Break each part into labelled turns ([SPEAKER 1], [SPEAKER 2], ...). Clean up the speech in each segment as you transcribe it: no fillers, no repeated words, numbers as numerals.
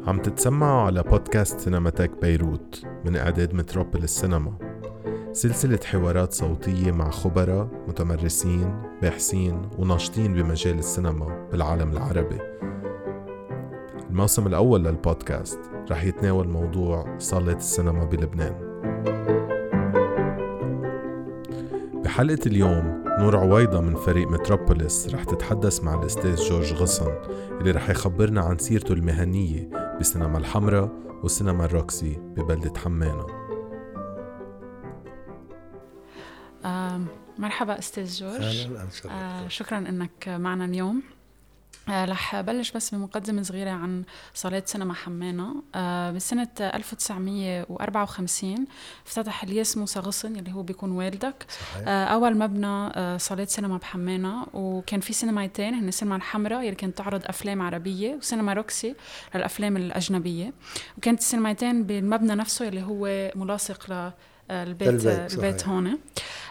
[SPEAKER 1] عم تتسمعوا على بودكاست سينماتيك بيروت من إعداد متروبوليس سينما، سلسلة حوارات صوتية مع خبراء، متمرسين، باحثين وناشطين بمجال السينما بالعالم العربي. الموسم الأول للبودكاست رح يتناول موضوع صالات السينما بلبنان. بحلقة اليوم نور عويضة من فريق متروبوليس رح تتحدث مع الأستاذ جورج غصن اللي رح يخبرنا عن سيرته المهنية بسينما الحمراء وسينما الروكسي ببلدة حمانة.
[SPEAKER 2] مرحبا أستاذ جورج. شكرا أنك معنا اليوم. رح بلش بس بمقدمة صغيرة عن صالات سينما حمانة. بسنة 1954 افتتح الياس موسى غصن اللي هو بيكون والدك. صحيح. أول مبنى صالات سينما بحمانة، وكان في سينمايتين، هن السينما الحمراء اللي كانت تعرض أفلام عربية، وسينما روكسي للأفلام الأجنبية. وكانت السينمايتين بالمبنى نفسه اللي هو ملاصق للبيت هون.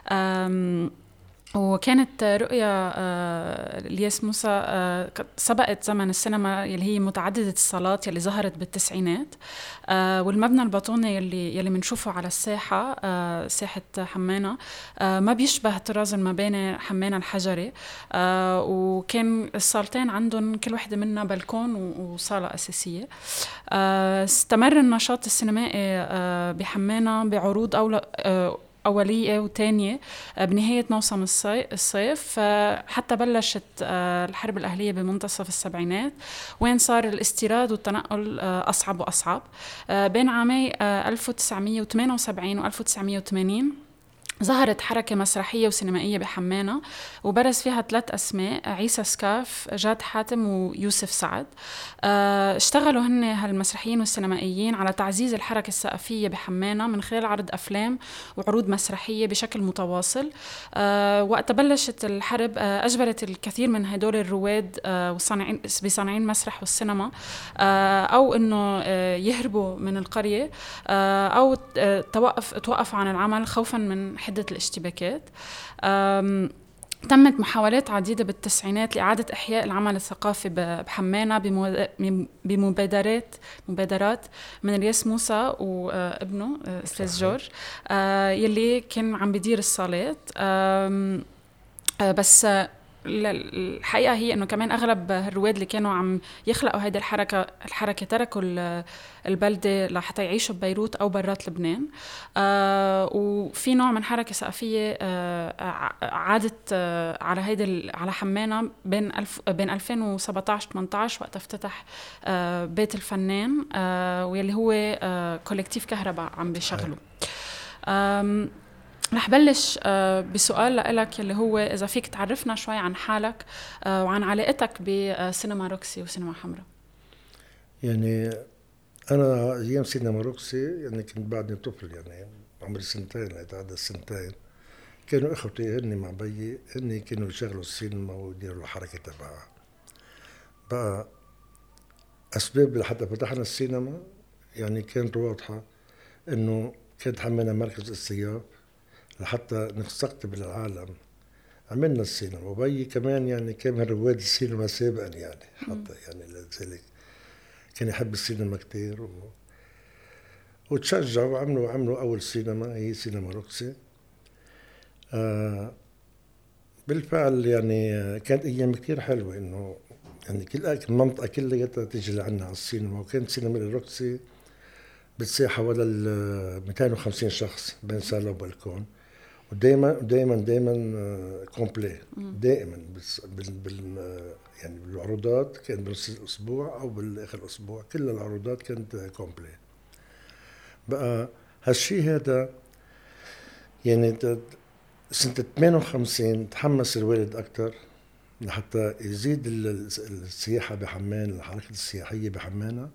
[SPEAKER 2] وكانت رؤية الياس موسى سبقت زمن السينما اللي هي متعددة الصالات اللي ظهرت بالتسعينات. والمبنى الباطوني يلي منشوفه على الساحة، ساحة حمانة، ما بيشبه طراز المباني حمانة الحجري. وكان الصالتين عندهم كل واحدة منها بلكون وصالة أساسية. استمر النشاط السينمائي بحمانة بعروض أولية وتانية بنهاية موسم الصيف، حتى بلشت الحرب الأهلية بمنتصف السبعينات، وين صار الاستيراد والتنقل أصعب وأصعب. بين عامي 1978 و 1980 ظهرت حركة مسرحية وسينمائية بحمانة، وبرز فيها 3 أسماء: عيسى سكاف، جاد حاتم، ويوسف سعد. اشتغلوا هن هالمسرحيين والسينمائيين على تعزيز الحركة الثقافية بحمانة من خلال عرض أفلام وعروض مسرحية بشكل متواصل. وقت بلشت الحرب أجبرت الكثير من هدول الرواد بصانعين المسرح والسينما أو إنه يهربوا من القرية أو توقفوا عن العمل خوفا من حدة الاشتباكات. تمت محاولات عديدة بالتسعينات لإعادة إحياء العمل الثقافي بحمانة بمبادرات من الياس موسى وابنه أستاذ جورج، يلي كان عم بدير الصالات. بس الحقيقة هي أنه كمان أغلب الرواد اللي كانوا عم يخلقوا هيدا الحركة تركوا البلدة لحتى يعيشوا ببيروت أو برات لبنان. وفي نوع من حركة ثقافية عادت على حمانة بين 2017-18 وقت افتتح بيت الفنان، واللي هو كولكتيف كهرباء عم بيشغله. رح بلش بسؤال لك اللي هو إذا فيك تعرفنا شوي عن حالك وعن علاقتك بسينما روكسي وسينما حمراء.
[SPEAKER 3] يعني أنا أيام سينما روكسي يعني كنت بعدني طفل، يعني عمري 2 لتعدى 2. كانوا إخوتي هني مع بيي، هني كانوا يشغلوا السينما ويديروا الحركة تبعها. بقى أسباب لحتى فتحنا السينما يعني كانت واضحة، إنه كانت حملنا مركز السياف لحتى نستقطب العالم. عملنا السينما، وبي كمان يعني كان من رواد السينما سابقا، يعني حتى يعني لذلك كان يحب السينما كتير وتشجعوا وعملوا أول سينما هي سينما روكسي. بالفعل يعني كانت أيام كتير حلوة، إنه يعني كل المنطقة كلها تيجي لعنا على السينما. وكانت سينما الروكسي بتساع حوالي 250 شخص بين صالة وبلكون، ودائما كومبلي دائما يعني بالعروضات كان بنص الاسبوع او بالاخر الاسبوع كل العروضات كانت كومبلي. بقى هالشيء هذا يعني سنة 58 تحمس الوالد اكثر لحتى يزيد السياحة بحمان، الحركة السياحية بحمانة.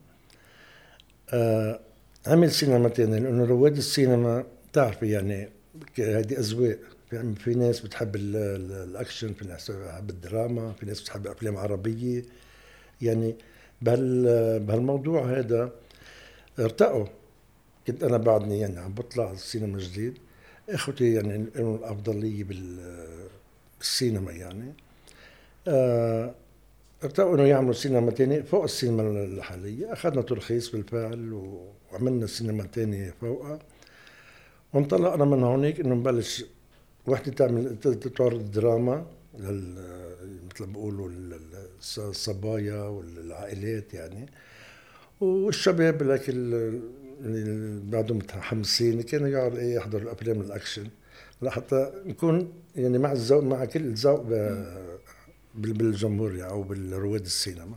[SPEAKER 3] عمل سينماتين، لانه رواد السينما تعرفي يعني هذه أذواق. في ناس بتحب الأكشن، في ناس بتحب الدراما، في ناس بتحب أفلام عربية. يعني بهالموضوع هذا ارتقوا. كنت أنا بعدني يعني عم بطلع السينما جديد، إخوتي يعني لهم الأفضلية بالسينما. يعني ارتقوا انه يعملوا سينما تاني فوق السينما الحالية. اخذنا ترخيص بالفعل وعملنا سينما تاني فوقها، وانطلقنا من هونيك انه نبلش وحدة تعرض دراما مثل ما بيقولوا الصبايا والعائلات يعني، والشباب لك اللي بعدهم متحمسين كانوا يحضروا الافلام الاكشن لحتى نكون يعني مع الذوق، مع كل الذوق بالجمهور يعني او بالرواد السينما.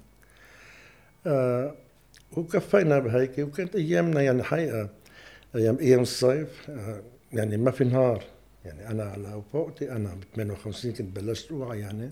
[SPEAKER 3] وكفينا بهيك، وكانت ايامنا يعني حقيقه ايام الصيف يعني ما في نهار. يعني انا على فوقتي انا ب 58 كنت بلشت اوعى يعني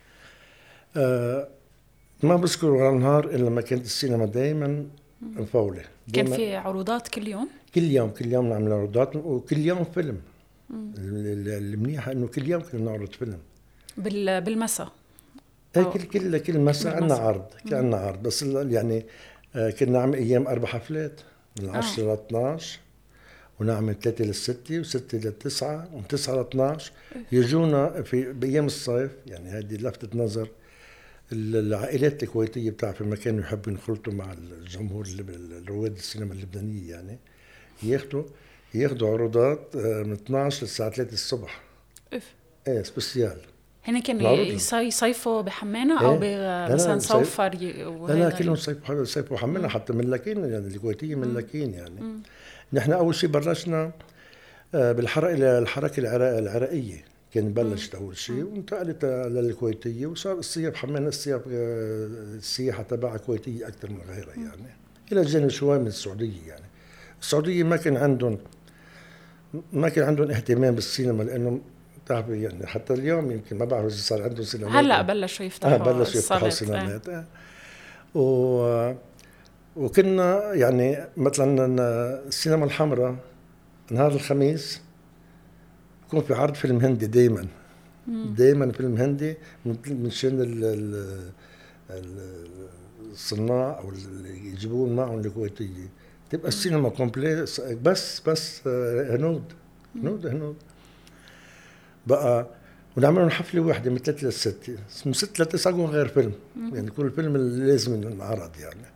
[SPEAKER 3] ما بذكر ولا نهار الا لما كانت السينما دائما مفوله.
[SPEAKER 2] كان في عروضات كل يوم؟
[SPEAKER 3] كل يوم نعمل عروضات، وكل يوم فيلم. المنيح انه كل يوم كنا نعرض فيلم
[SPEAKER 2] بالمساء.
[SPEAKER 3] كل مساء عندنا عرض، كان عرض. بس يعني كنا نعمل ايام 4 حفلات من 10 ل 12، ونعمل 3 ل 6 و6 ل 9 و9 ل 12. يجونا في بايام الصيف يعني. هذه لفتة نظر العائلات الكويتية، بتعرف ما كانوا يحبوا ينخلطوا مع الجمهور الرواد السينما اللبنانية يعني، ياخدوا عروضات من 12 للساعة 3 الصبح. ايه سبيسيال.
[SPEAKER 2] هن كانوا يصيفوا بحمانة او مثلا صوفر
[SPEAKER 3] لا كلهم صيفوا حمانة. حتى ملاكين يعني الكويتية ملاكين يعني. نحن اول شيء بلشنا الحركة العراقية كان بلشت اول شيء، وانتقلت للكويتية، وصار الصيف حمانة السياحة تبعها كويتية اكثر من غيرها يعني. الى جانب شوي من السعودية يعني. السعودية ما كان عندهم اهتمام بالسينما، لانه تعرف يعني حتى اليوم يمكن ما بعرف اذا صار عندهم سينمات.
[SPEAKER 2] هلا بلشوا يفتحوا
[SPEAKER 3] سينمات. وكنا يعني مثلا السينما الحمراء نهار الخميس يكون في عرض فيلم هندي دائما فيلم هندي من شان الصناع او اللي يجيبون معهم الكويتية. تبقى السينما كومبلي بس هنود بقى. ونعملوا حفلة واحدة من 3 ل 6، من 6 ل 9 يكون غير فيلم يعني. كل فيلم اللي لازم ينعرض يعني.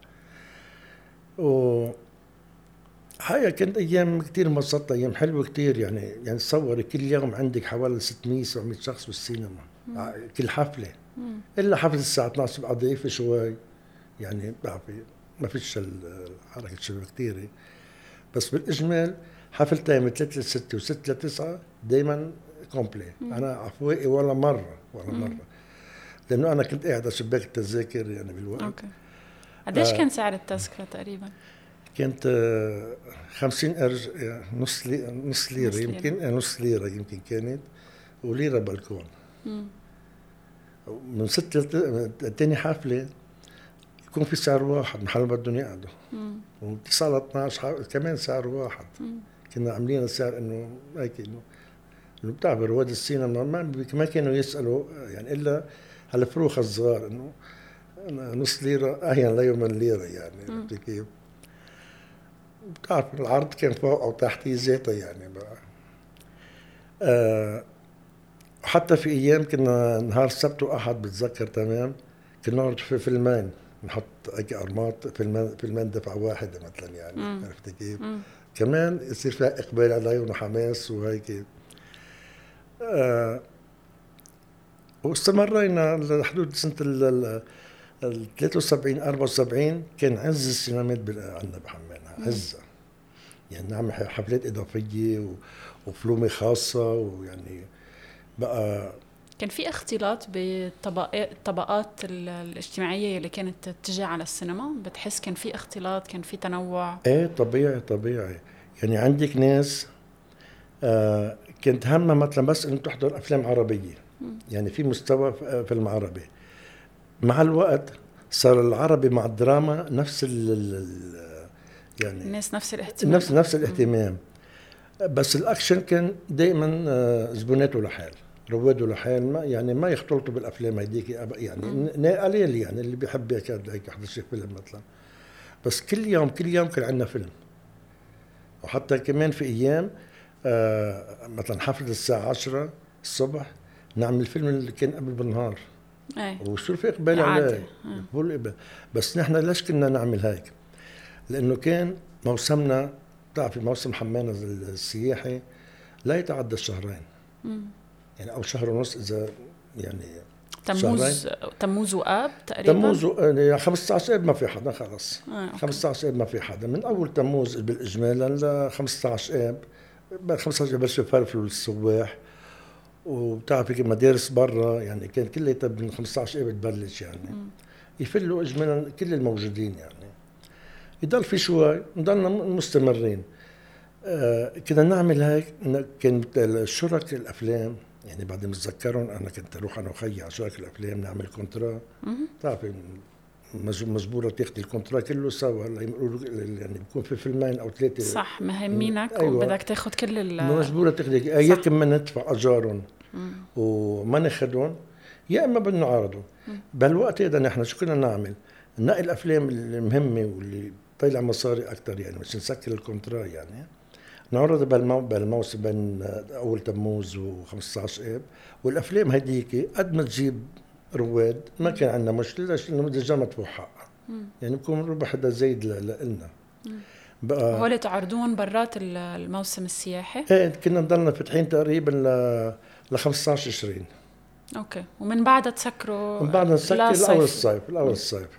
[SPEAKER 3] حقيقة كانت أيام كتير انبسطت، أيام حلوة كتير يعني. تصوري كل يوم عندك حوالي 600-700 شخص بالسينما كل حفلة. إلا حفلة الساعة 12 بقى ضعيفة شوي يعني، بعرفي ما فيش حركة شباب كتيرة. بس بالإجمال حفلتين من 3 ل 6 و6 ل 9 دايما كومبلي. أنا عفوائي ولا مرة لأنه أنا كنت قاعد على شباك التذاكر يعني بالوقت.
[SPEAKER 2] أوكي. قديش كان سعر التذكرة تقريبا؟
[SPEAKER 3] كانت 50 قرش يعني نص ليرة يمكن، نص ليرة يمكن كانت، وليرة بالكون. من 6 تاني حفلة يكون في سعر واحد محل ما بدهم يقعدوا، ومن 9 ل 12 كمان سعر واحد. كنا عاملين السعر انه هيك انه بتعرف رواد السينما ما كانوا يسألوا يعني الا هالفروخ الصغار، انه نص ليرة اهين ليوم ليرة يعني. كيف بتعرف العرض كان فوق او تحت ذاته يعني بقى. وحتى في ايام كنا نهار السبت واحد بتذكر تمام كنا نعرض في فيلمين، نحط هيك ارمات فيلمين دفعة واحدة مثلا يعني. عرفت كيف؟ كمان يصير فيها اقبال عليهم وحماس وهيك. واستمرينا لحدود سنة ال 73 74 كان عز السينمات عندنا بحمانة عزة يعني. نعمل حفلات إضافية وفلومة خاصة، ويعني بقى
[SPEAKER 2] كان في اختلاط بالطبقات الاجتماعية اللي كانت تجي على السينما. بتحس كان في اختلاط، كان في تنوع؟
[SPEAKER 3] ايه طبيعي يعني. عندك ناس كانت همها مثلا بس انه تحضر افلام عربية يعني في مستوى فيلم عربي. مع الوقت صار العربي مع الدراما نفس يعني
[SPEAKER 2] الناس نفس الاهتمام،
[SPEAKER 3] نفس الاهتمام. بس الاكشن كان دائما زبوناته لحال، رواده لحال، يعني ما يختلطوا بالافلام هيديك يعني. قليل يعني اللي بيحب هيك يحضر شي فيلم مثلا. بس كل يوم كان عندنا فيلم. وحتى كمان في ايام مثلا حفلة الساعة 10 الصبح نعمل الفيلم اللي كان قبل بالنهار وصار في إقبال عليه بس نحن ليش كنا نعمل هيك؟ لأنه كان موسمنا تعرفي موسم حمانا السياحي لا يتعدى الشهرين يعني أو شهر ونص إذا يعني
[SPEAKER 2] تموز وآب تقريبا.
[SPEAKER 3] تموز يعني 15 آب ما في حدا خلص. 15 آب ما في حدا من أول تموز بالإجمال ل 15 آب. بعد 15 آب بلشوا يفرفلوا السواح وبتعرفي مدارس برا يعني كان كلها من 15 آب تبلش يعني يفلوا إجمالا كل الموجودين يعني يضل في شوي نضلنا مستمرين. كنا نعمل هيك. كان الشرك الأفلام يعني بعد ما اتذكرهم انا كنت اروح انا وخيي على شركه الافلام نعمل كونترا تعرفي مجبوره تاخذي الكونترا كله سوا يعني بيكون في فيلمين او ثلاثه
[SPEAKER 2] صح مهمينك. أيوة. وبدك تاخذ كل
[SPEAKER 3] مجبوره تاخذي يا كم ندفع اجارهم وما ناخذهم يا اما بدنا نعرضهم. بهالوقت هذا نحن شو كنا نعمل؟ ننقي الافلام المهمه واللي طلع مصاري اكثر يعني مش نسكر الكونترا يعني نعرض بالموسم بين أول تموز و15 آب والأفلام هديك قد ما تجيب رواد ما كان عندنا مشكلة لأنه الدجال مدفوع حقها يعني بكون ربح هذا زايد لنا.
[SPEAKER 2] هول تعرضون برات الموسم السياحي؟
[SPEAKER 3] ايه كنا نضلنا فاتحين تقريبا ل 15-20.
[SPEAKER 2] اوكي ومن بعدها تسكروا؟
[SPEAKER 3] من بعدها نسكر الأول الصيف.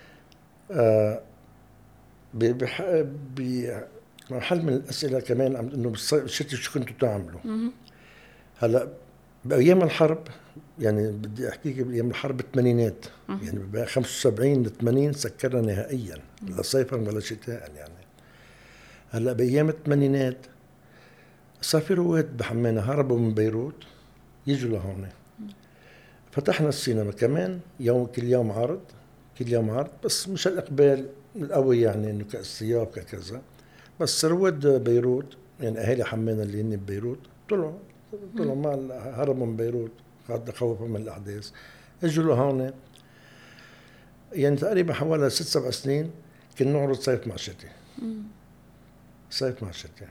[SPEAKER 3] حل من الأسئلة كمان إنه بالشتي شو كنتوا تعملوا؟ هلا بأيام الحرب يعني بدي أحكيك بأيام الحرب الثمانينات يعني ب 75 ل 80 سكرنا نهائيا لا صيفا ولا شتاء يعني. هلا بأيام الثمانينات صار في رواد بحمانا هربوا من بيروت يجوا لهون. فتحنا السينما كمان كل يوم عرض بس مش الإقبال القوي يعني إنه كالسياب ككذا. بس رواد بيروت يعني أهالي حمانا اللي هن ببيروت طلعوا ما هربوا من بيروت خوفوا من الأحداث اجوا لهون يعني تقريبا حوالي 6-7 سنين كنا نعرض صيف مع شتاء. صيف مع شتاء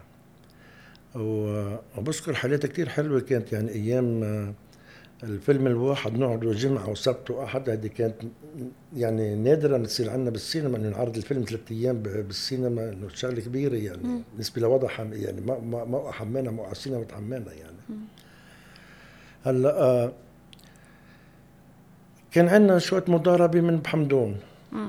[SPEAKER 3] وبذكر حالات كتير حلوة كانت يعني أيام الفيلم الواحد نعرضه جمعة وسبت وأحد. هذه كانت يعني نادرة تصير عنا بالسينما إنه نعرض الفيلم 3 أيام بالسينما إنه شغلة كبيرة يعني بالنسبة لوضع يعني ما حمانا ما السينما تحمانا يعني. هلا كان عندنا شوية مضاربة من بحمدون.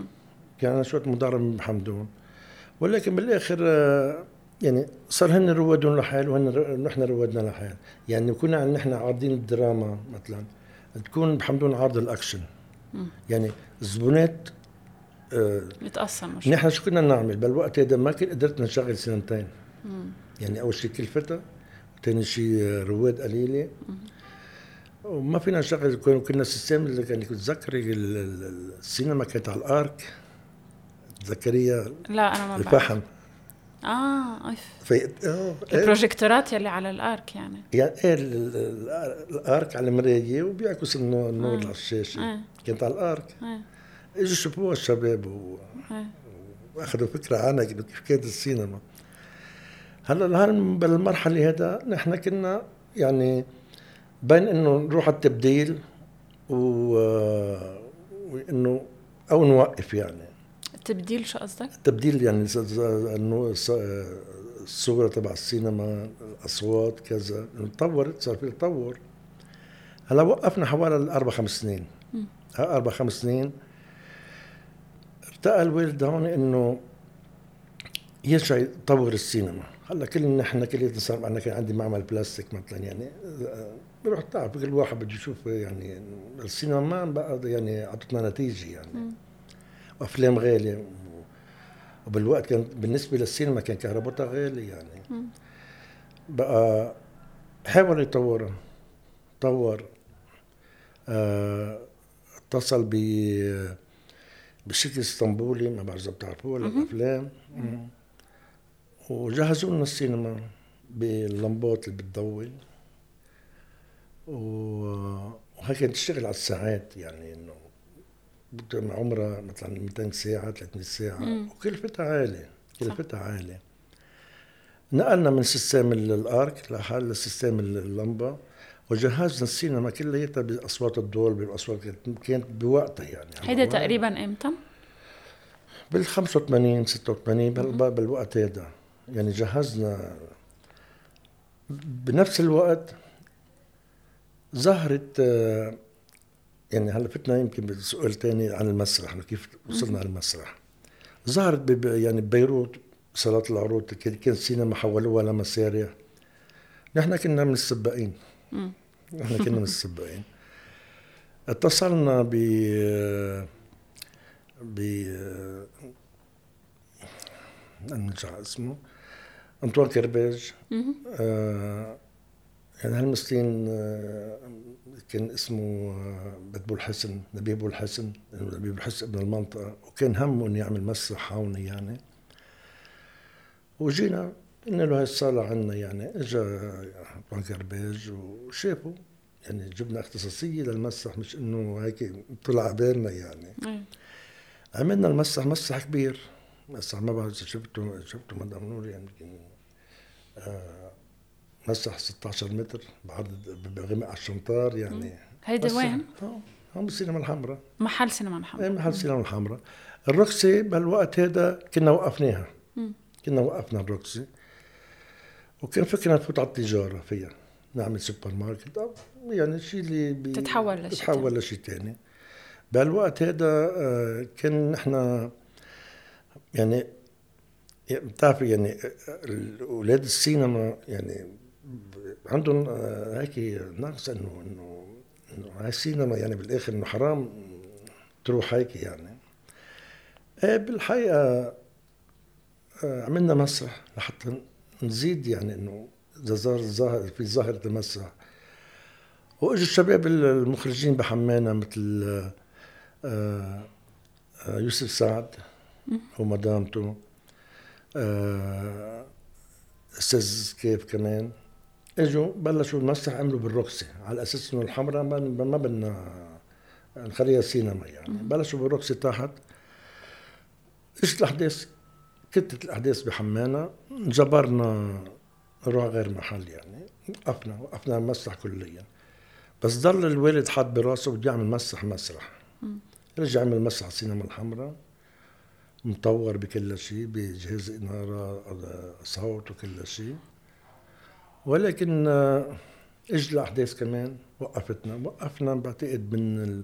[SPEAKER 3] ولكن بالآخر يعني صار هن روادون لحال ونحن روادنا لحال يعني كنا نحن عارضين الدراما مثلا تكون بحمدون عارض الأكشن يعني الزبونات
[SPEAKER 2] يتقسم.
[SPEAKER 3] نحن شو كنا نعمل بالوقت هذا ما كنت قدرت نشغل سنتين يعني أول شيء كلفتها وثاني شيء رواد قليلة وما فينا نشغل. كنا السيستم اللي كان تذكري السينما كانت على الآرك تذكريها؟
[SPEAKER 2] لا أنا ما
[SPEAKER 3] الفحم
[SPEAKER 2] البروجيكتورات يلي على الارك يعني
[SPEAKER 3] الارك على المرايه وبيعكس النور على الشاشه. كانت على الارك اجوا شوفوها الشباب واخذوا فكره عنها كيف كانت السينما. هلا بالمرحله هذا نحن كنا يعني بين انه نروح على التبديل وانه او نوقف يعني.
[SPEAKER 2] التبديل شو قصدك؟
[SPEAKER 3] التبديل يعني انه الصورة تبع السينما الاصوات كذا تطورت صار في تطور. هلا وقفنا حوالي 4-5 سنين. 4-5 سنين ارتقى الوالد هون انه يرجع يطور السينما. هلا نحن كلنا صار انا كان عندي معمل بلاستيك مثلا يعني بروح تعرف كل واحد بده يشوف يعني السينما ما بقى يعني عطتنا نتيجه يعني. أفلام غالية وبالوقت كان بالنسبة للسينما كان كهربتها غالي يعني. بقى حاول يطورها طور اتصل بشركة اسطنبولي ما بعرف إذا بتعرفوها للأفلام وجهزوا لنا السينما باللمبات اللي بتضوي وهيك تشتغل على الساعات يعني إنه عمرها مثلا 200 ساعة 300 ساعة وكلفتها عالية. نقلنا من سيستم الارك لحال سيستم اللمبة وجهزنا السينما كلياتها بأصوات الدولبي بأصوات كانت بوقتها يعني.
[SPEAKER 2] هيدا تقريبا امتى؟
[SPEAKER 3] بال 85 86 بالوقت هذا يعني جهزنا. بنفس الوقت ظهرت يعني هلا فتنا يمكن بسؤال تاني عن المسرح كيف وصلنا على المسرح. ظهرت يعني ببيروت صالات العروض كان السينما حولوها لمسارح. نحن كنا من السباقين. نحن كنا من السباقين. اتصلنا نرجع اسمه أنطوان كرباج. يعني هالمسكين كان اسمه بدبو الحسن، نبيه بو الحسن، نبيه بو الحسن ابن المنطقة، وكان همه انه يعمل مسرح هوني يعني. وجينا قلنا له هاي الصالة عنا يعني. اجا أنطوان كرباج وشافوا يعني جبنا اختصاصية للمسرح، مش انه هيك طلع بالنا يعني. عملنا المسرح مسرح كبير، مسرح ما بعرف شفته مدام نور يعني مسرح 16 متر بعرض بغمق على الشنطار يعني.
[SPEAKER 2] هيدا وين؟
[SPEAKER 3] هون بالسينما الحمراء.
[SPEAKER 2] محل سينما الحمراء.
[SPEAKER 3] ايه محل سينما الحمراء. الرقصة بالوقت هذا كنا وقفناها. كنا وقفنا الرقصة وكان فكرنا نفوت على التجارة فيها، نعمل سوبر ماركت أو يعني شيء اللي تتحول لشيء تاني. بالوقت هذا كان نحن يعني بتعرف يعني أولاد السينما يعني عندهم هيك نقص انه هاي السينما يعني بالاخر انه حرام تروح هيك يعني. بالحقيقه عملنا مسرح لحتى نزيد يعني انه ظاهر في ظاهره المسرح. واجوا الشباب المخرجين بحمانا مثل يوسف سعد ومدامته، استاذ كيف كمان، اجوا بلشوا المسرح عملوا بالرقصة على اساس انه الحمراء ما بدنا نخليها سينما يعني. بلشوا بالرقصة تحت. اجت الاحداث، كتت الاحداث بحمانا، جبرنا نروح غير محل يعني. وقفنا المسرح كليا. بس ضل الوالد حاط براسه بده يعمل مسرح. رجع عمل مسرح السينما الحمراء مطور بكل شيء، بجهاز إنارة صوت وكل شيء. ولكن اجت الأحداث كمان وقفنا بعتقد من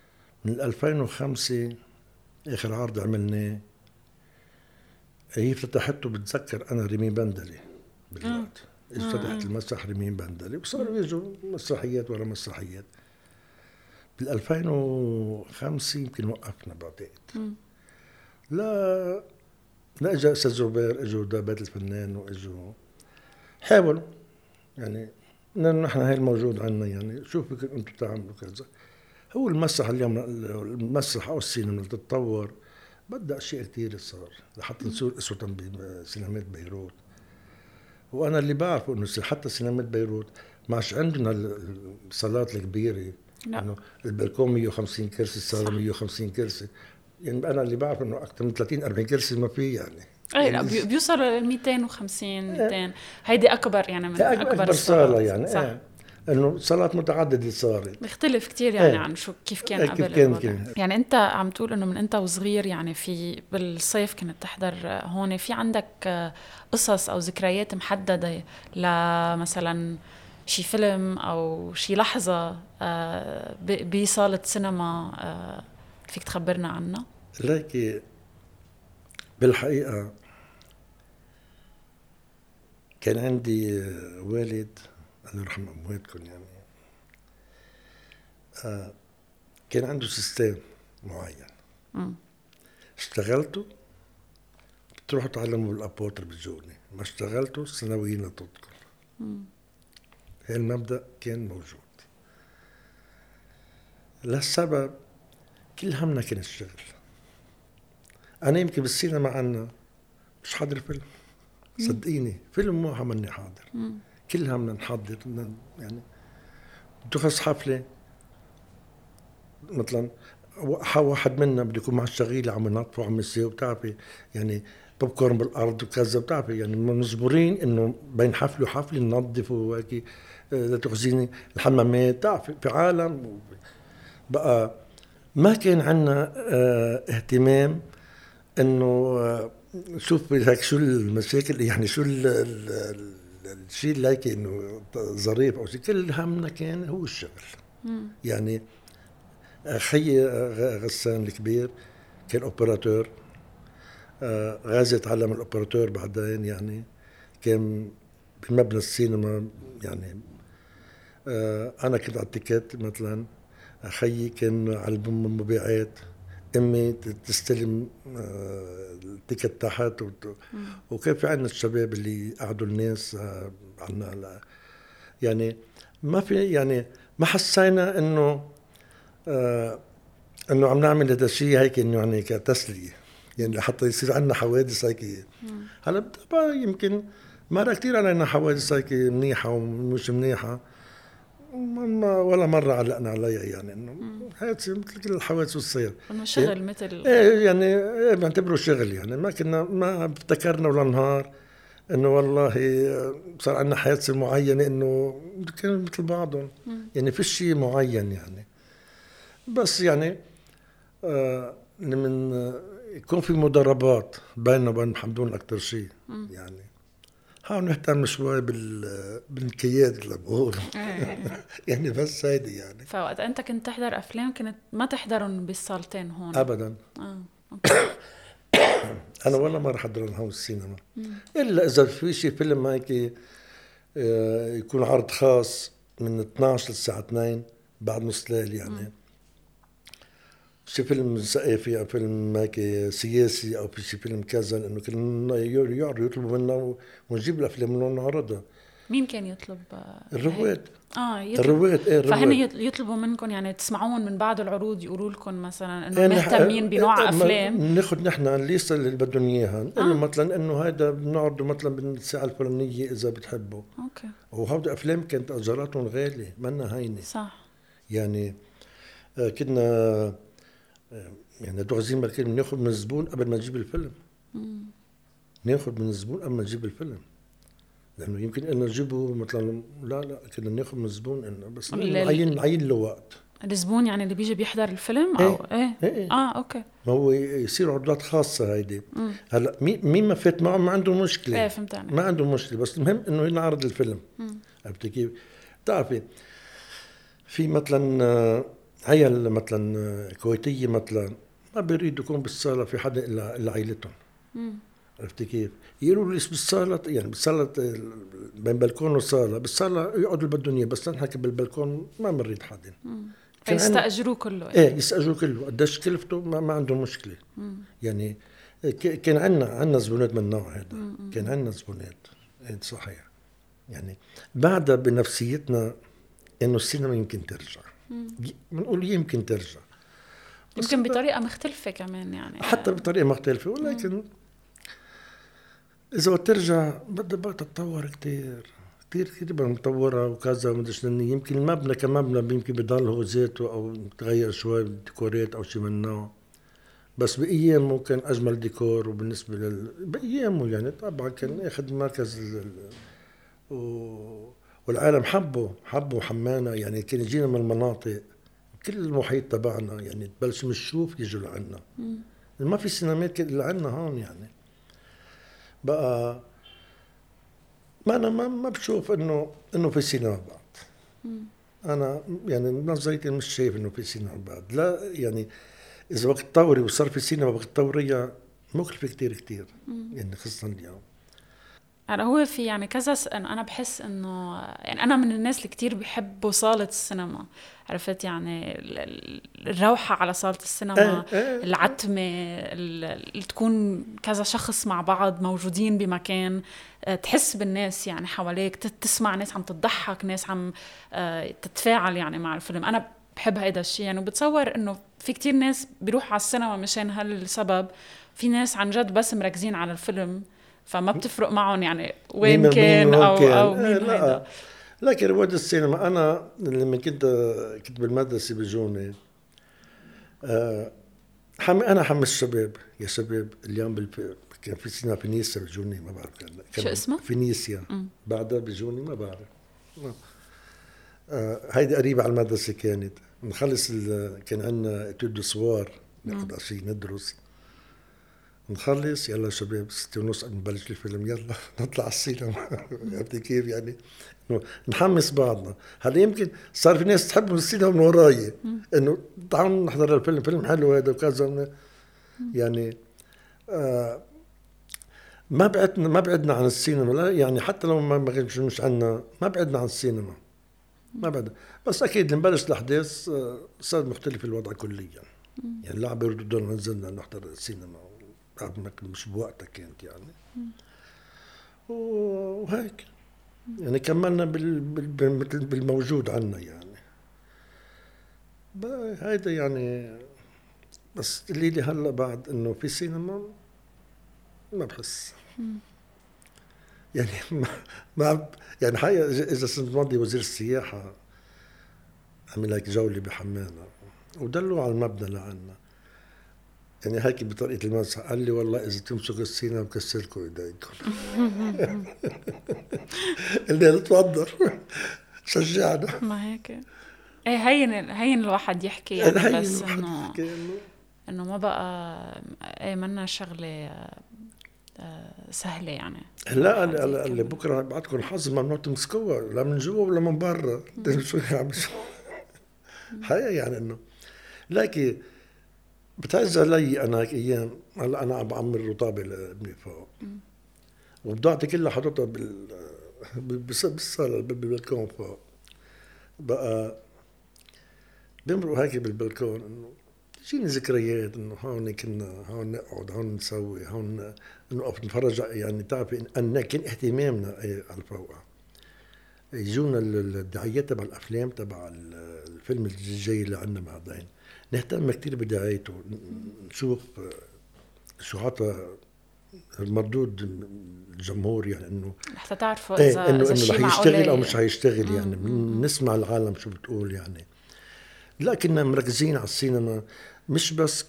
[SPEAKER 3] 2005 آخر عرض عملناه. هي افتتحته بتذكر أنا ريمين بندلي بالوقت. افتتحت المسرح ريمين بندلي وصاروا يجوا مسرحيات ورا مسرحيات. بال 2005 يمكن وقفنا بعتقد. لا اجى استاذ زبير، اجوا دابات الفنان، واجوا حاولوا يعني نحن هاي الموجود عنا يعني شوفوا انتم تعملوا كذا. هو المسرح اليوم، المسرح او السينما تتطور بدأ اشياء كثير صار لحتى نصير اسوة بسينمات بيروت. وانا اللي بعرفه انه حتى سينمات بيروت ماش عندنا الصالات الكبيره، انه البلكون 150 كرسي، الصاله 150 كرسي. يعني انا اللي بعرف انه اكثر من 30 40 كرسي ما في يعني.
[SPEAKER 2] يعني بيوصل ل 250 200. هيدي اكبر يعني من اكبر
[SPEAKER 3] صاله يعني. صح. انه صالات متعدده صارت،
[SPEAKER 2] بيختلف كتير يعني عن شو كيف كان قبل. يعني انت عم تقول انه من انت وصغير يعني في بالصيف كنت تحضر هون، في عندك قصص او ذكريات محدده لمثلا شي فيلم او شي لحظه بصاله سينما فيك تخبرنا عنها؟
[SPEAKER 3] لكن بالحقيقه كان عندي والد الله يرحم أمواتكم يعني. كان عنده سيستم معين. اشتغلته بتروحوا تعلموا بالأبوتر بالجوني، ما اشتغلتوا الثانويين لتدخل. هاي المبدأ كان موجود. للسبب كل همنا كان الشغل. أنا يمكن بالسينما عنا مش حاضر فيلم، صدقيني فيلم مو همني حاضر. كل همنا نحضر يعني. تخص حفلة مثلا واحد منا بده يكون مع الشغيلة عم ينظفوا عم يسووا بتعرفي يعني بوب كورن بالارض وكذا بتعرفي يعني مجبورين انه بين حفله وحفله ننظفوا وهيك لا تخزيني الحمامات، تعرف في عالم بقى ما كان عنا اهتمام انه شوف هيك شو المشاكل، يعني شو الشيء اللي هيك انه ظريف او شيء، كل همنا كان هو الشغل. يعني اخي غسان الكبير كان اوبراتور، غازي تعلم الاوبراتور بعدين، يعني كان بمبنى السينما. يعني انا كنت على التيكت مثلا، اخي كان على المبيعات، امي تستلم التيكت تحت، وكان في عندنا الشباب اللي قعدوا الناس عنا. يعني ما في، يعني ما حسينا انه عم نعمل هذا الشيء هيك انه يعني كتسليه، يعني لحتى يصير عندنا حوادث هيك. هلا طبعا يمكن مرة كتير علينا حوادث هيك منيحة ومش منيحة، ولا مرة علقنا عليها، يعني انه حادثة مثل كل الحوادث والسير،
[SPEAKER 2] انه شغل مثل
[SPEAKER 3] يعني بنعتبره شغل. يعني ما ابتكرنا ولا نهار انه والله صار عندنا حادثة معينة انه كان مثل بعضهم. يعني في شيء معين يعني، بس يعني من يكون في مضاربات بيننا وبين محمدون أكتر شيء. يعني حاول نهتم شوي بالنكيات اللي بقول يعني بس هيدي يعني.
[SPEAKER 2] فوقت أنت كنت تحضر أفلام كنت ما تحضرهم بالصالتين هون؟
[SPEAKER 3] أبدا. أنا ولا مرة حضرهم هون السينما، إلا إذا في شيء فيلم هيك يكون عرض خاص من 12 للساعة 2 بعد نص ليل، يعني شي فيلم ثقافي أو فيلم هيك سياسي أو في شي فيلم كذا، لأنه كنا يطلبوا منا ونجيب الأفلام ونعرضها.
[SPEAKER 2] مين كان يطلب؟
[SPEAKER 3] الرواد.
[SPEAKER 2] الرواد. فهن يطلبوا منكم يعني تسمعون من بعد العروض، يقولوا لكم مثلا إنه مهتمين بنوع أفلام.
[SPEAKER 3] ناخد نحن الليستة اللي بدهم إياها، إنه مثلا إنه هذا بنعرضه مثلا بالساعة الفلانية إذا بتحبوا.
[SPEAKER 2] أوكي.
[SPEAKER 3] وهذا أفلام كانت أجاراتهم غالية، منا هينة.
[SPEAKER 2] صح.
[SPEAKER 3] يعني كنا يعني دوغزين ما كنا ناخد من الزبون قبل ما نجيب الفيلم. ناخد من الزبون قبل ما نجيب الفيلم، لأنه يمكن إنه نجيبه مثلا لا كنا ناخد من الزبون إنه بس نعين له وقت.
[SPEAKER 2] الزبون يعني اللي بيجي بيحضر الفيلم أو
[SPEAKER 3] إيه.
[SPEAKER 2] أوكي.
[SPEAKER 3] ما هو يصير عروضات خاصة هيدي. هلا مين ما فات معه ما عنده مشكلة.
[SPEAKER 2] فهمت أنا.
[SPEAKER 3] ما عنده مشكلة، بس المهم إنه ينعرض الفيلم. عرفتي كيف؟ تعرفي في مثلا عيال مثلا كويتية مثلا ما بيريدوا يكون بالصالة في حدا إلا عائلتهم. عرفتي كيف؟ يقولوا لي بالصالة، يعني بالصالة بين بلكون وصالة، بالصالة يقعدوا اللي بدهم إياه، بس نحكي بالبلكون ما بنريد حدا.
[SPEAKER 2] يستأجروا كله
[SPEAKER 3] يعني. يستأجروا كله، قديش كلفته ما عندهم مشكلة. يعني كان عنا زبونات من النوع هذا. كان عنا زبونات صحيح. يعني بعدها بنفسيتنا إنه السينما يمكن ترجع. بنقول يمكن ترجع،
[SPEAKER 2] يمكن بطريقة مختلفة كمان، يعني
[SPEAKER 3] حتى بطريقة مختلفة، ولكن إذا ترجع بدها تتطور كتير بدها مطورة وكذا ومدري يمكن المبنى كمبنى يمكن بضل هو ذاته أو تغير شوي بالديكورات أو شيء من النوع، بس بأيامه كان أجمل ديكور. وبالنسبة بأيامه يعني طبعا كان ياخد مركز والعالم حبوا حمانا. يعني كان يجينا من المناطق كل المحيط تبعنا، يعني تبلش من الشوف يجوا لعنا. ما في سينمات اللي عنا هون. يعني بقى أنا ما بشوف إنه في سينما بعد. أنا يعني نظريتي مش شايف إنه في سينما بعد. لا يعني إذا وقت طوري وصار في سينما وقت طورية مكلفة كتير يعني خصوصا اليوم.
[SPEAKER 2] يعني هو في يعني كذا أنا بحس إنه يعني أنا من الناس اللي كتير بيحبوا صالة السينما. عرفت يعني الروحة على صالة السينما، العتمة اللي تكون كذا شخص مع بعض موجودين بمكان، تحس بالناس يعني حواليك، تسمع ناس عم تضحك، ناس عم تتفاعل يعني مع الفيلم. أنا بحب هيدا الشيء يعني. وبتصور إنه في كتير ناس بيروحوا على السينما مشان هالسبب. في ناس عن جد بس مركزين على الفيلم، فما بتفرق معهم يعني وين كان أو مين هيدا.
[SPEAKER 3] لكن رواد السينما أنا لما كنت بالمدرسة بجوني أنا حمس الشباب يا شباب. اليوم كان في سينما فينيسيا بجوني، ما بعرف كان
[SPEAKER 2] شو اسمه؟
[SPEAKER 3] فينيسيا. بعدها بجوني ما بعرف. هيدي قريبة على المدرسة كانت نخلص كان عندنا اتود سوار ناخد عشي ندرس نخلص يلا شباب 6:30 نبلش الفيلم يلا نطلع على السينما. عرفتي كيف يعني نحمس بعضنا. هلا يمكن صار في ناس تحب السينما من وراي انه تعالوا نحضر الفيلم فيلم حلو هذا وكذا يعني ما بعدنا عن السينما لا يعني حتى لو ما كانش مش عنا ما بعدنا عن السينما ما بعد بس اكيد نبلش الاحداث صار مختلف الوضع كليا يعني لا بيردون نزلنا نحضر السينما مش بوقتها كانت يعني وهيك يعني كملنا بالموجود عنا يعني هيدا يعني. بس اللي هلا بعد انه في سينما ما بحس يعني ما يعني حقيقة اذا كنت ماضي وزير السياحة عمل هيك جولة بحمانا ودلوا على المبنى لعنا يعني هيك بطريقة المزح قال لي والله إذا تمسكوا السينما بكسركم إيديكم. اللي تفضل شجعنا.
[SPEAKER 2] ما هيك ايه هين الواحد يحكي يعني بس انه ما بقى ايه منا شغلة سهلة يعني.
[SPEAKER 3] لا اللي بكرة بعدكم حظ ممنوع تمسكوها لا من جوا ولا من برا. شو عم حقيقة يعني انه لكن بتعز علي انا هيك ايام هلا انا عم بعمر رطابه لابني فوق وبضاعتي كلها حاططها بالصاله بالبلكون فوق بقى بمرق هيك بالبلكون انه تجيني ذكريات انه هون كنا هون نقعد هون نسوي هون نقف نتفرج يعني تعرفي ان كان اهتمامنا على الفوق يجونا الدعايات تبع الافلام تبع الفيلم الجاي اللي عندنا بعدين نهتم كتير بدعايته نشوف شو عطى المردود الجمهور يعني انه
[SPEAKER 2] حتى تعرفوا اذا
[SPEAKER 3] انه رح يشتغل او مش هيشتغل يعني نسمع العالم شو بتقول يعني. لكننا مركزين على السينما مش بس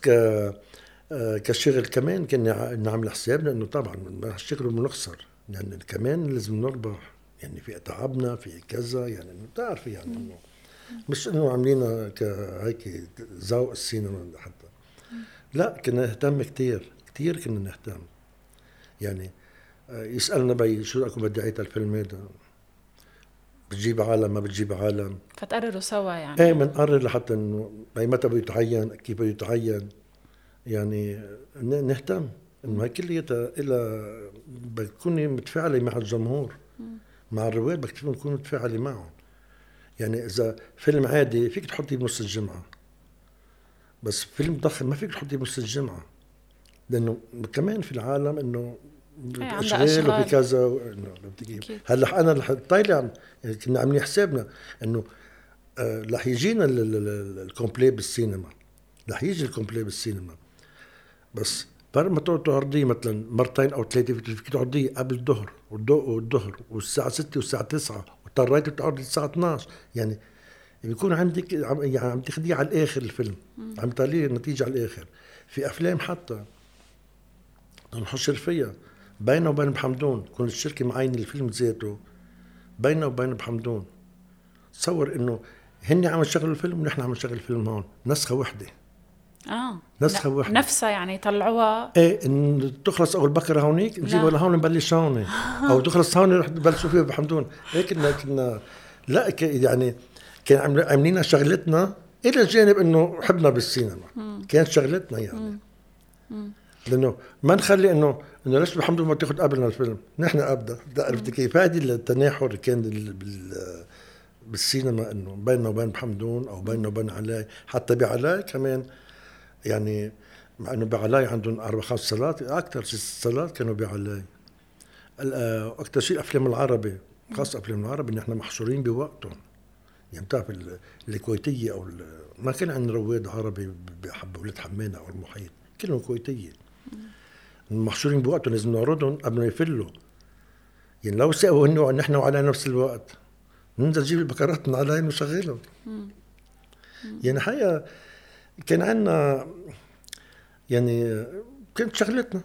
[SPEAKER 3] كشغل كمان كنا نعمل حسابنا انه طبعا ما هالشغل بنخسر يعني كمان لازم نربح يعني في تعبنا في كذا يعني انه بتعرفي يعني انه مش انه عاملينها كهيك ذوق السينما حتى لا كنا نهتم كتير كنا نهتم يعني يسألنا بي شو رأيكم بدعيت الفيلم هذا بتجيب عالم ما بتجيب عالم
[SPEAKER 2] فتقرروا سوا يعني
[SPEAKER 3] ايه بنقرر لحتى انه متى بده يتعين كيف بده يتعين يعني نهتم انه هي كليتها الى بتكوني متفاعلة مع الجمهور مع الرواد بتكون متفاعلة معهم يعني إذا فيلم عادي فيك تحطيه بنص الجمعة بس فيلم ضخم ما فيك تحطيه بنص الجمعة لأنه كمان في العالم إنه أشغال وفي كذا هلا أنا طايلة كنا عاملين حسابنا إنه رح يجينا الكومبلي بالسينما رح يجي الكومبلي بالسينما بس ما تعرضيه مثلا مرتين أو ثلاثة فيك تعرضيه قبل الظهر والظهر والساعة 6 والساعة 9 اضطريت تعرض الساعة 12 يعني بيكون عندك يعني عم تاخديه على الآخر الفيلم عم تطلعي النتيجة على الآخر. في أفلام حتى نحشر فيها بينه وبين بحمدون كل الشركة معينة الفيلم ذاته بينه وبين بحمدون تصور إنه هني عم يشغلوا الفيلم ونحن عم نشغل الفيلم هون نسخة وحدة نسخة واحدة
[SPEAKER 2] نفسها يعني طلعوها
[SPEAKER 3] ايه ان تخلص اول بكره هونيك نجيبها لهون نبلش هون او تخلص هون رح نبلشوا فيها بحمدون هيك كنا لا يعني كان عاملين شغلتنا الى جانب انه حبنا بالسينما كانت شغلتنا يعني لانه ما نخلي انه ليش بحمدون ما تاخذ قبلنا الفيلم نحن قبلنا عرفت كيف هذه التناحر كان بالسينما انه بيننا وبين بحمدون او بيننا وبين علاء حتى بعلاء كمان يعني مع انه بعلاي عندهم 4-5 صالات اكثر 6 صالات كانوا بعلاي اكثر شيء الافلام العربي خاصه افلام العربي نحن محصورين بوقتهم يعني بتعرف الكويتيه او ما كان عندنا رواد عربي بحب ولاد حمانه او المحيط كلهم كويتيه محصورين بوقتهم لازم نعرضهم قبل ما يفلوا يعني لو سقوا انه نحن وعلى نفس الوقت ننزل نجيب البكرات عليهم ونشغلهم يعني حقيقه كان عندنا يعني كانت شغلتنا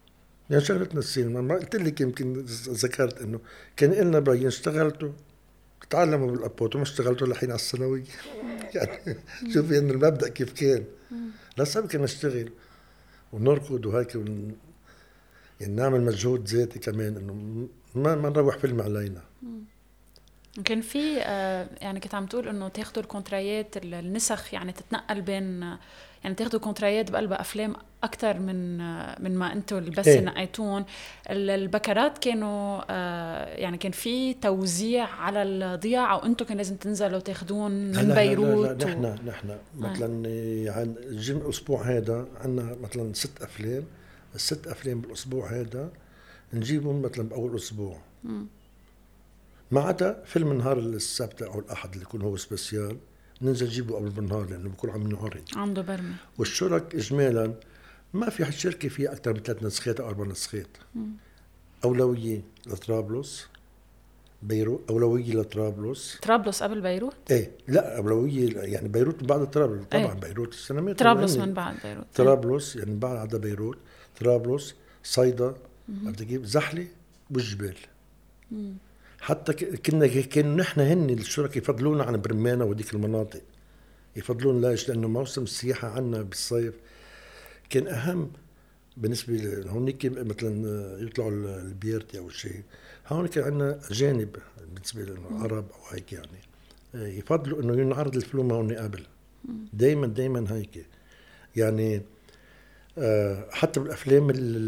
[SPEAKER 3] السينما ما قلت لك يمكن ذكرت انه كان لنا بين اشتغلتوا تعلموا بالابوت وما اشتغلتوا لحين على الثانويه. يعني شوفي انه المبدا كيف كان. لسه كنا نشتغل ونركض وهيك يعني نعمل مجهود ذاتي كمان انه ما نروح فيلم علينا.
[SPEAKER 2] كان في يعني كنت عم تقول انه تاخذوا الكونترايات النسخ، يعني تتنقل بين، يعني تاخذوا كونترايات بقلب افلام اكثر من ما انتم بس نقيتون. البكرات كانوا يعني كان في توزيع على الضياع، او انتم كان لازم تنزلوا تاخذون من بيروت؟
[SPEAKER 3] لا نحن مثلا يعني الاسبوع هذا عندنا مثلا 6 افلام، ال6 افلام بالاسبوع هذا نجيبهم مثلا باول اسبوع، ما عدا فيلم نهار السبت او الاحد اللي يكون هو سبيسيال ننزل نجيبه قبل بالنهار لانه بيكون عم نعرض
[SPEAKER 2] عنده برمي. والشرك
[SPEAKER 3] اجمالا ما في شركه فيها اكثر من 3 نسخات او 4 نسخات. اولويه لطرابلس، بيروت اولويه لطرابلس.
[SPEAKER 2] طرابلس قبل بيروت؟
[SPEAKER 3] ايه لا اولويه يعني بيروت من بعد طرابلس طبعا. بيروت السينمات
[SPEAKER 2] طرابلس من بعد بيروت.
[SPEAKER 3] طرابلس يعني بعد عدا بيروت. طرابلس، صيدا، بدك تجيب زحله والجبال. حتى كانوا نحن هن الشركاء يفضلونا عن برمانة وديك المناطق، يفضلون. ليش؟ لأنه موسم السياحة عنا بالصيف كان أهم بالنسبة هونيك. مثلا يطلعوا البيرتي أو شيء، هون كان عنا أجانب بالنسبة للعرب أو هيك، يعني يفضلوا إنه ينعرض الفيلم هون قبل. دايما هيك يعني. حتى بالأفلام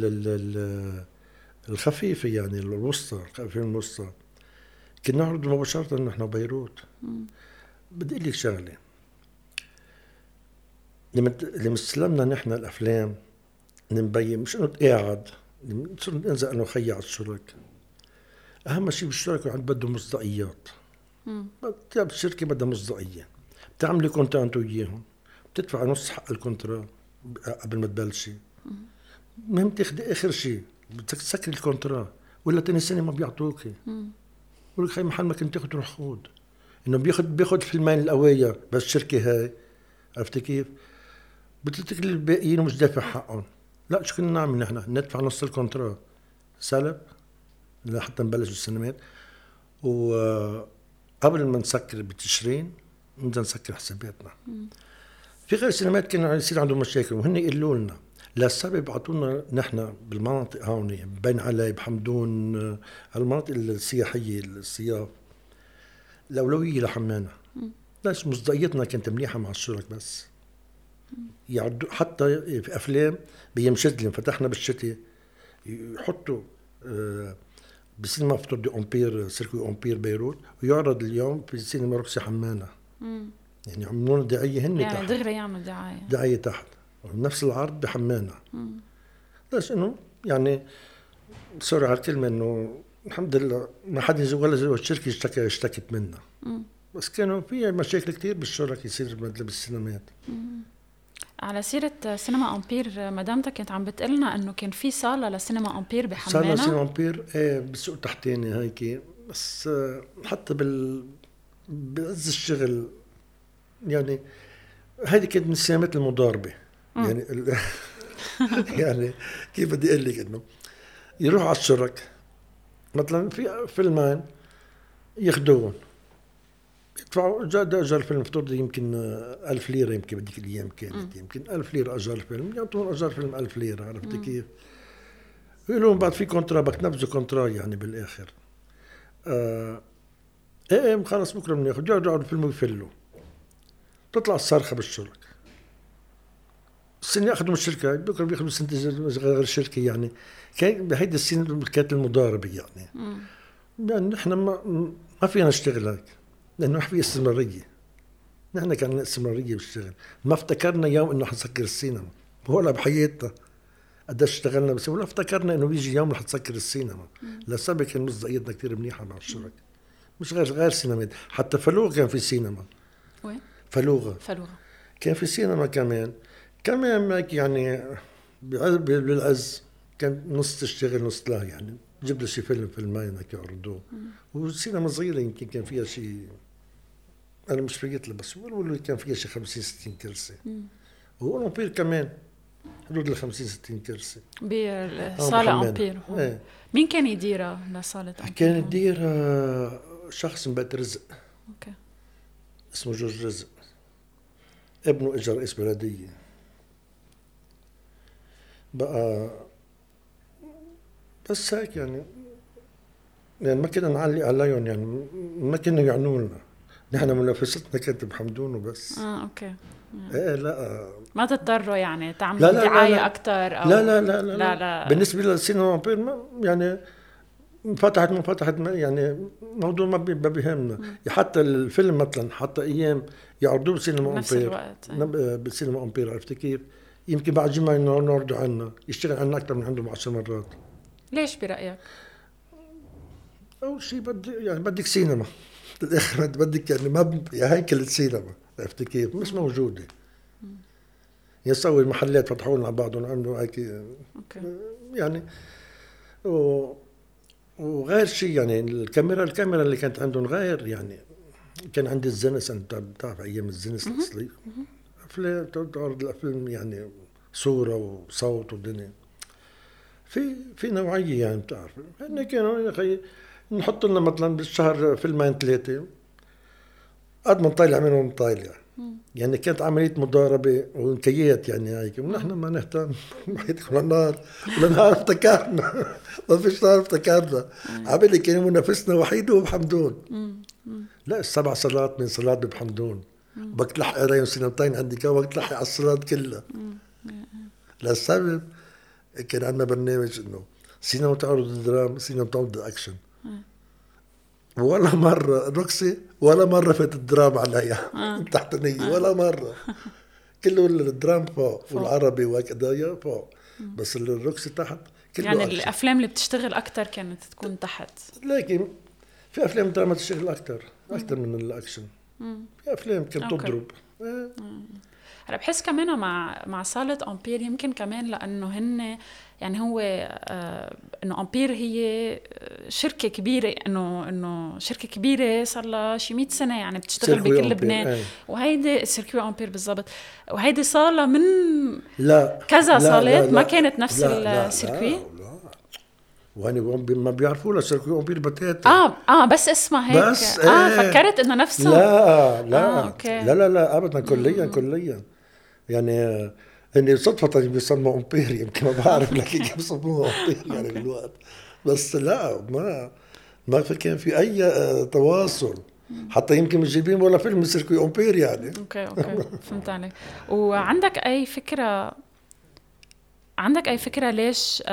[SPEAKER 3] الخفيفة يعني الوسطى، الفيلم الوسطى كنا نعرض مباشرة نحن بيروت. بدي أقول لك شغلة، لما استلمنا نحن الأفلام نبين مش إنه قاعد ننزل إنه خيّ على الشركة. أهم شيء بالشركة عند بدهم مصداقيات. الشركة بدها مصداقية، بتعملي كونترات وياهم، بتدفع نص حق الكونترات قبل ما تبلشي. مهم تاخدي آخر شيء بدك تسكري الكونترات، ولا تاني سنة ما بيعطوكي. يقول لك خي محل ما كنت تاخد روح خود. انه بياخد فيلمين القوية بس الشركة هاي، عرفتي كيف؟ بتتكل الباقيين ومش دافع حقهم. لا شو كنا نعمل نحن؟ ندفع نص الكونترات سلب لحتى نبلش بالسينمات، وقبل ما نسكر بتشرين نبدأ نسكر حساباتنا. في غير سينمات كانوا يصير عندهم مشاكل وهن يقولوا لنا للسبب عطونا نحن بالمناطق هون بين علي بحمدون المناطق السياحية السياف الأولوية لحمانا. ليش؟ مصداقيتنا كانت مليحة مع الشرك بس. يعدوا حتى في أفلام بيوم شدلين فتحنا بالشتاء يحطوا بسينما فطور دي أمبير سيركوي أمبير بيروت ويعرض اليوم في سينما روكسي حمانا. يعني عملون دعاية هن
[SPEAKER 2] يعني
[SPEAKER 3] تحت.
[SPEAKER 2] دغري يعمل دعاية
[SPEAKER 3] تحت نفس العرض بحمانا. ليش؟ انه يعني سوري على الكلمة انه الحمد لله ما حد ولا الشركة اشتكت منا. بس كانوا في مشاكل كتير بالشركة يصير بالسينمات.
[SPEAKER 2] على سيرة سينما أمبير، مدامتك كانت عم بتقلنا انه كان في صالة لسينما أمبير بحمانا.
[SPEAKER 3] صالة سينما أمبير بالسوق تحتاني هيك، بس حتى بعز الشغل يعني هذه كانت من السينمات المضاربة. يعني يعني كيف بدي اقول لك انه يروح على الشرك مثلا في فيلمين ياخذوهم يدفعوا اجار الفيلم افترض يمكن 1000 ليرة يمكن بديك الايام كانت يمكن 1000 ليرة اجار الفيلم، يعطون اجار فيلم 1000 ليرة. عرفت كيف؟ يقولون بعد في كونترا بدك تنفذوا كونترا يعني بالاخر. ايه خلص بكره بناخذ يقعدوا الفيلم ويفلوا، تطلع الصرخة بالشرك. السنة أخذوا من الشركة بكرة بياخذوا سنة غير الشركة. يعني كان بهيدا السنة كانت المضاربة يعني. يعني نحن ما فينا نشتغل هيك لأنه ما في استمرارية. نحن كان استمرارية بالشغل، ما افتكرنا يوم إنه حنسكر السينما ولا بحياتنا قديش اشتغلنا، بس ولا افتكرنا إنه بيجي يوم رح تسكر السينما. لسبب كان مصداقيتنا كتير منيحة مع الشركة. مش غير سينمات، حتى فلوغ كان في سينما.
[SPEAKER 2] وين؟
[SPEAKER 3] فلوغة كان في سينما كمان يعني بالعز كان نص تشتغل نص لا، يعني جبنا شي فيلمين هيك يعرضوه. والسينما صغيرة يمكن كان فيها شي أنا مش فاكر بس والله كان فيها شي 50-60 كرسي. وأمبير كمان حدود 50-60 كرسي
[SPEAKER 2] بصالة أمبير. مين كان يديرها لصالة أمبير؟
[SPEAKER 3] كان يديرها شخص من بيت رزق
[SPEAKER 2] اوكي.
[SPEAKER 3] اسمه جورج رزق، ابنه اجى رئيس بلدية بقى. بس هيك يعني ما كنا نعلق عليهم، يعني ما كنا يعنونا. نحن منافستنا كانت بحمدون وبس.
[SPEAKER 2] اوكي.
[SPEAKER 3] ايه لا
[SPEAKER 2] ما تضطروا يعني تعملوا دعاية أكتر أو
[SPEAKER 3] لا. بالنسبة للسينما أمبير يعني فتحت يعني موضوع ما بيهمنا. حتى الفيلم مثلا حتى أيام يعرضوه بسينما أمبير بالسينما أمبير، عرفت كيف؟ يمكن بعد جمعة نعرضوا عنا، يشتغل عنا أكتر من عندهم 10 مرات.
[SPEAKER 2] ليش برأيك؟
[SPEAKER 3] أول شيء بدك سينما بالآخر، بدك يعني ما هيكل السينما، عرفت كيف؟ مش موجودة. يسوي المحلات فتحوا لنا بعضهم عملوا هيك يعني. وغير شيء يعني الكاميرا اللي كانت عندهم غير. يعني كان عندي الزنس، انت بتعرف ايام الزنس الاصلي، افلام تعرض الافلام يعني صوره وصوت ودنيا في نوعيه يعني بتعرف. هن كانوا يا اخي نحط لنا مثلا بالشهر فيلمين 3 قد ما نطالع منهم نطالع. يعني كانت عملية مضاربة ونكيات يعني هيك، ونحن ما نهتم. ولا نهار افتكرنا ما فيش نهار افتكرنا. عملي كان منافسنا وحيد وبحمدون. لا 7 صلات من صلاة بحمدون، وقت لحق عليهم سنتين عندي كان وقت لحق على الصلاة كلها. للسبب كان عندنا برنامج انه سينما تعرض الدراما، سينما تعرض الاكشن. ولا مرة روكسي ولا مرة فات الدراما عليها تحتنية ولا مرة. كله الدراما فوق والعربي وكذا فوق، بس الروكسي تحت كله
[SPEAKER 2] يعني
[SPEAKER 3] أكشن.
[SPEAKER 2] الأفلام اللي بتشتغل أكتر كانت تكون تحت،
[SPEAKER 3] لكن في أفلام دراما تشتغل أكتر من الأكشن. في أفلام كانت تضرب.
[SPEAKER 2] هلا بحس كمان مع صالة أمبير يمكن كمان لأنه هن يعني هو إنه أمبير هي شركة كبيرة، إنه شركة كبيرة صار لها شي 100 سنة يعني بتشتغل بكل لبنان. وهيدي سيركوي أمبير بالضبط. وهيدي صالة من كذا صالات ما كانت نفس السيركوي.
[SPEAKER 3] وهني ما بيعرفوا له سيركوي أمبير بتاتا.
[SPEAKER 2] بس اسمها هيك.
[SPEAKER 3] بس
[SPEAKER 2] فكرت إنه نفسه.
[SPEAKER 3] لا أبدا، كليا يعني. إني صدفة بيسموا أمبير، يمكن ما بعرف لكن كيف بيسموها أمبير يعني بالوقت. بس لا ما كان في أي تواصل. حتى يمكن مش جايبين ولا فيلم سيركوي أمبير يعني.
[SPEAKER 2] أوكي فهمت عليك. وعندك أي فكرة ليش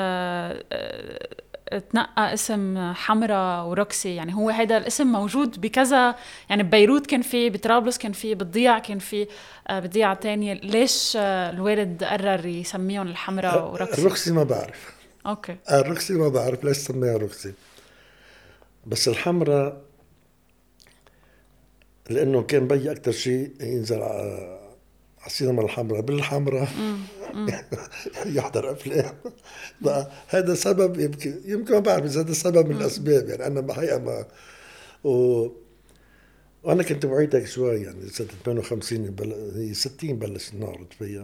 [SPEAKER 2] تنقى اسم حمرا وروكسي؟ يعني هو هذا الاسم موجود بكذا، يعني ببيروت كان فيه، بطرابلس كان فيه، بالضيعة كان فيه، بالضيعة تانية. ليش الوالد قرر يسميهم الحمرا وروكسي؟
[SPEAKER 3] روكسي ما بعرف.
[SPEAKER 2] اوكي.
[SPEAKER 3] الروكسي ما بعرف ليش سميها روكسي، بس الحمرا لانه كان بي اكثر شيء ينزل على السينما الحمراء بالحمراء يحضر افلام. هذا سبب، يمكن ما بعرف اذا هذا سبب من الاسباب. يعني انا بحقيقه ما وانا كنت بعيدك شوي يعني سنه 52 هي 60 بلش نعرض فيها.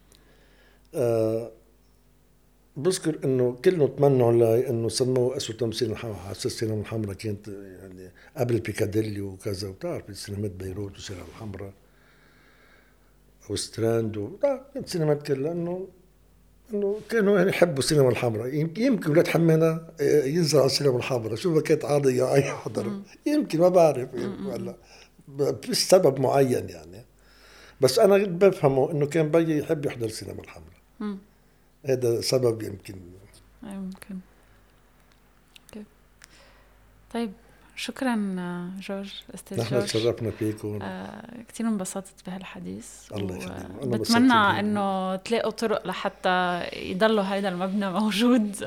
[SPEAKER 3] بذكر انه كلهم تمنوا لي انه سموه اسود تمثيل الحمراء. حاسس السينما الحمراء كانت يعني قبل بيكاديلي وكذا، وتعرف السينمات بيروت والسينما الحمراء وستراند السينمات كلها انه كانوا يعني يحبوا السينما الحمراء. يمكن ولاد حمانا ينزل على السينما الحمراء، شو ما كانت عادية اي حضر. يمكن ما بعرف ولا في سبب معين يعني، بس انا بفهمه انه كان بيي يحب يحضر السينما الحمراء. هذا سبب يمكن.
[SPEAKER 2] يمكن. طيب شكرا جورج، استاذ جورج.
[SPEAKER 3] نحن تشرفنا فيكم.
[SPEAKER 2] كثير انبسطت بهالحديث.
[SPEAKER 3] الله يخليك.
[SPEAKER 2] بتمنى انه تلاقوا طرق لحتى يضلوا هذا المبنى موجود.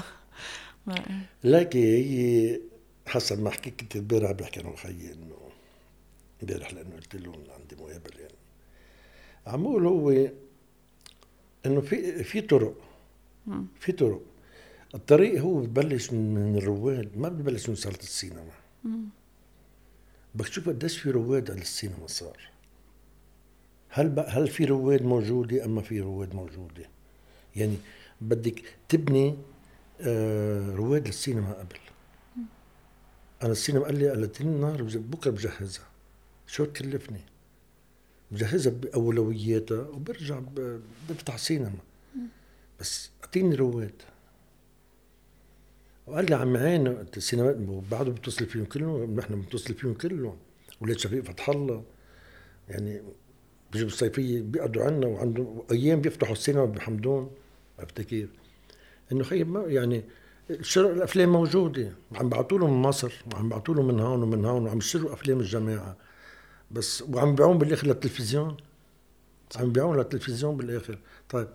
[SPEAKER 3] لكن هي حسب ما حكيت كنت امبارح بحكي انا وخيي انه امبارح لانه قلت لهم عندي مقابله يعني عمول هو انه في طرق. في طرق. الطريق هو ببلش من الرواد، ما ببلش من صالة السينما. بدك تشوف قديش في رواد على السينما صار. هل في رواد موجودة أما في رواد موجودة؟ يعني بدك تبني رواد للسينما أنا السينما قال لي 30 نهار بكرة بجهزها. شو تكلفني؟ بجهزها بأولوياتها وبرجع بفتح سينما، بس أعطيني رواد. وقال لي عم عين السينمات بعده بتصل فيهم كلهم، نحن بنتصل فيهم كلهم. ولاد شفيق فتح الله يعني بيجوا بالصيفية بيقعدوا عنا، وعندهم أيام بيفتحوا السينما بحمدون. أفتكر إنه خيب يعني الأفلام موجودة، وعم بعطوا لهم من مصر، وعم بعطوا لهم من هون ومن هون، وعم يشتروا أفلام الجماعة بس، وعم بيعون بالآخر للتلفزيون، عم بيعون للتلفزيون بالآخر. طيب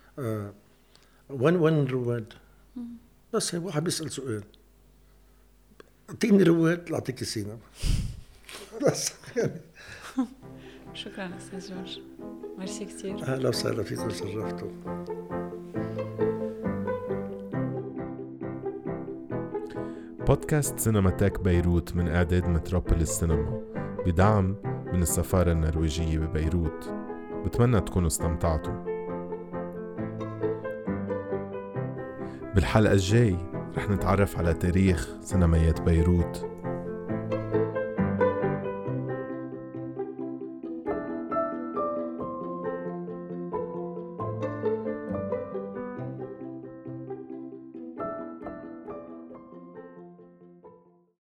[SPEAKER 3] وين الرواد؟ بس هي واحد بيسأل سؤال، اعطيني رواد لأعطيك السينما. بس يعني.
[SPEAKER 2] شكرا أستاذ جورج، ميرسي كتير.
[SPEAKER 3] أهلا وسهلا فيكم، شرفتوا.
[SPEAKER 1] بودكاست سينماتيك بيروت من إعداد متروبوليس سينما بدعم من السفارة النرويجية ببيروت. بتمنى تكونوا استمتعتوا. بالحلقة الجاي رح نتعرف على تاريخ سينمايات بيروت